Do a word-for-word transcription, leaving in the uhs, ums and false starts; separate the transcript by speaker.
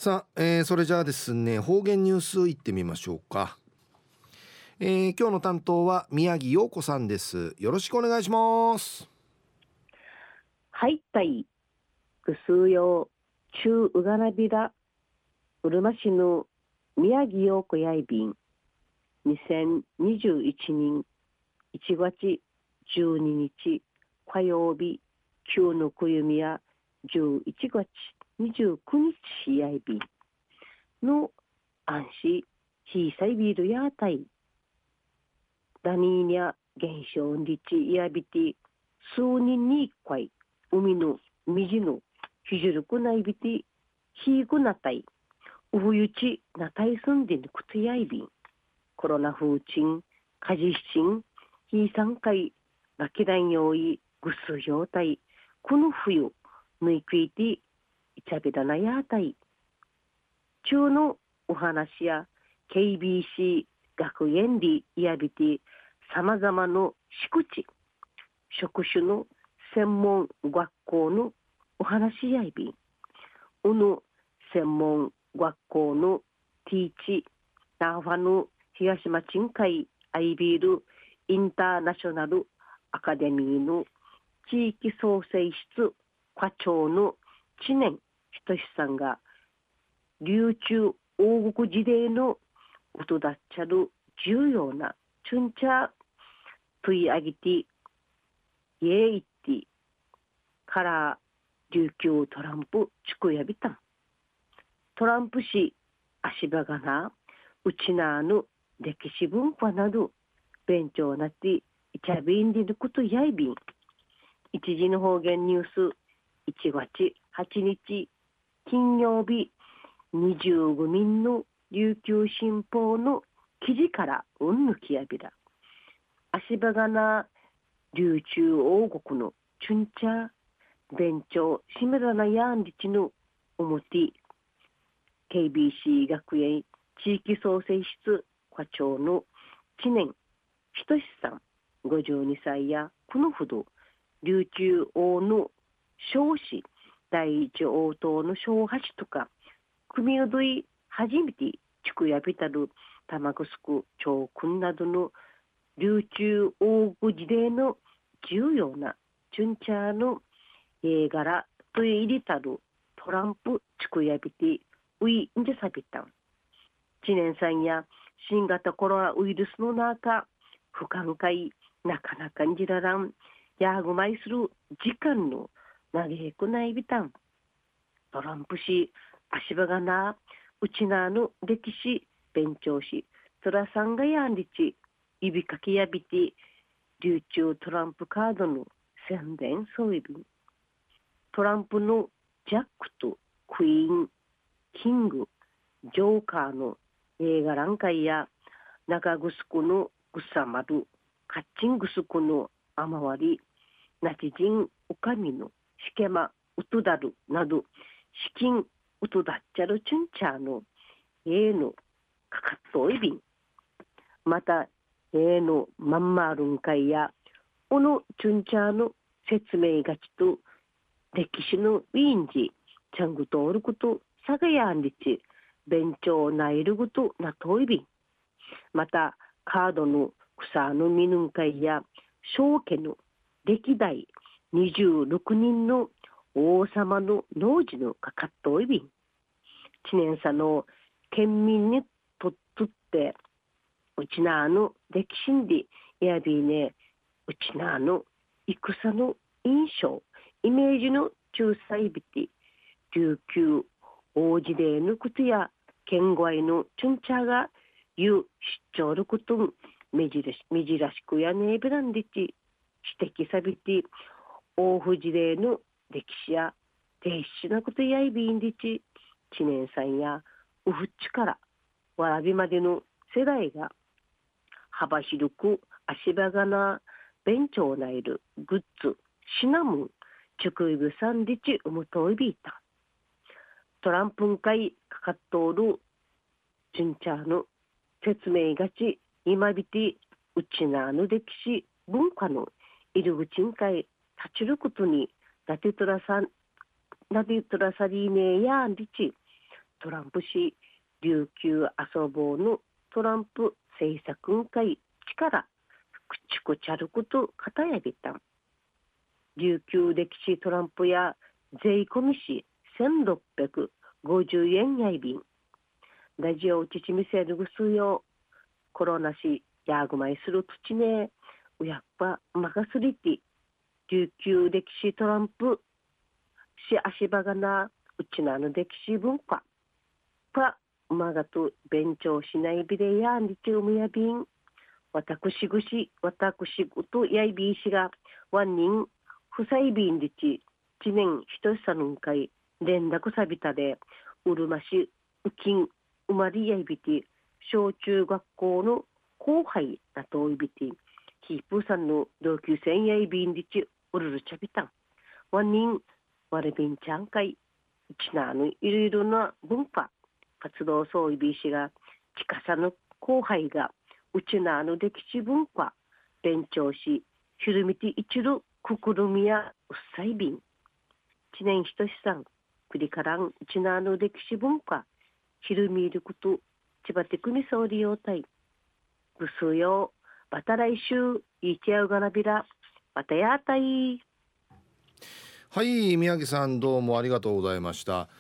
Speaker 1: さあ、えーそれじゃあですね、方言ニュースいってみましょうか。えー今日の担当は宮城陽子さんです。よろしくお願いします。
Speaker 2: はい、たい、ぐすうよう、ちゅううがなびら、うるま市の宮城陽子やいびん、にせんにじゅういちねんいちがつじゅうににち、火曜日、旧のくゆみやじゅういちがつにじゅうくにちやいびんの安心、ひいさいビールやたい、ダニーニャ現象日やびて、数人に一回、海の水のひじるくないびて、ひぐなたい、うふゆちなたいすんでぬくつやいびん、コロナ風鎮、かじしちん、ひいさんかい、がきだんよい、ぐすようたい、この冬、ぬいくいて、いちゃびだなやたい、中のお話や ケービーシー 学園里やびてさまざまの敷地職種の専門学校のお話やいびんうぬ専門学校のティーチナーファの東町会アイビールインターナショナルアカデミーの地域創生室課長の知念仁さんが琉球王国時代の音だっちゃる重要なチュンチャートイアギティイエイティから琉球トランプ地区やびたんトランプ市足場がなうちなーぬ歴史文化など勉強なっていちゃびんでることやいびん一時の方言ニュースいちがつはちにち金曜日にじゅうごみんの琉球新報の記事からうんぬきやびら足場がな琉球王国のチュンチャー弁長しめらなやんりちのおもて ケービーシー 学園地域創生室課長の知念ひとしさんごじゅうにさいやこのほど琉球王の少子第一王党の小八とか組みどい初めて地区やびたる玉城区長君などの琉球王国時代の重要なチュンチャーの絵柄と入れたるトランプ地区やびてウィンジャサビタン知念さんや新型コロナウイルスの中不寛解なかなかんじららんやぐまいする時間の投げへくないびたんトランプ氏足場がなうちなの歴史勉強しトラさんがやんりち指かきやびて琉球トランプカードの宣伝そういびんトランプのジャックとクイーンキングジョーカーの映画覧会や中城のぐさまるカッチングスクのあまわりナチジンおかみのしけまうとだるなど資金うとだっちゃるチュンチャーのえのかかっといびんまたえのまんまるんかいやおのチュンチャーの説明がちと歴史のウィンジチャングとおることさがやんりち勉強ないることなといびんまたカードの草のみぬんかいや小家の歴代にじゅうろくにんの王様の農事のかかっといびん知念さの県民にとっとってうちなあの歴史でやびねうちなあの戦の印象イメージの仲裁びて琉球王子でのことや県外のチュンチャーが言う出張ることめじらしめじらしくやねえべらんでち指摘さびて大藤例の歴史や停止なことやいびんでち知念さんやウフッチからわらびまでの世代が幅広く足場がな勉強ないるグッズシナムンチュクイブさんでちうむといびいたトランプン会かかっとおるチュンチャーの説明がち今びてうちなの歴史文化の入り口んかい立ちることになてとらさんなてとらさりねえやんりちトランプ氏琉球遊ぼうのトランプ政策会力くちくちゃることかたやびたん琉球歴史トランプや税込みしせんろっぴゃくごじゅうえんやいびんラジオうちちみせるぐすよコロナしやぐまいする土ねうやっぱまがすりて琉球歴史トランプし足場がなうちなの歴史文化パまがと勉強しないびれやにちうむやびん私ぐし私ぐとやいびいしがワンニンふさいびんりちちねんひとしさぬんかい連絡さびたでうるましうきんうまりやいびて小中学校の後輩だといびてキープーさんの同級生やいびんりちうるるちゃびたんワンニンわれびんちゃんかいちなのいろいろな文化活動そういびいしが近さの後輩がうちなあの歴史文化勉強しひるみていちるくくるみやうっさいびん知念ひとしさんくりからんうちなあの歴史文化ひるみいることちばてくみそうりようたいぐすよまた来週いちやうがなびらまたやーたい。
Speaker 1: はい、宮城さんどうもありがとうございました。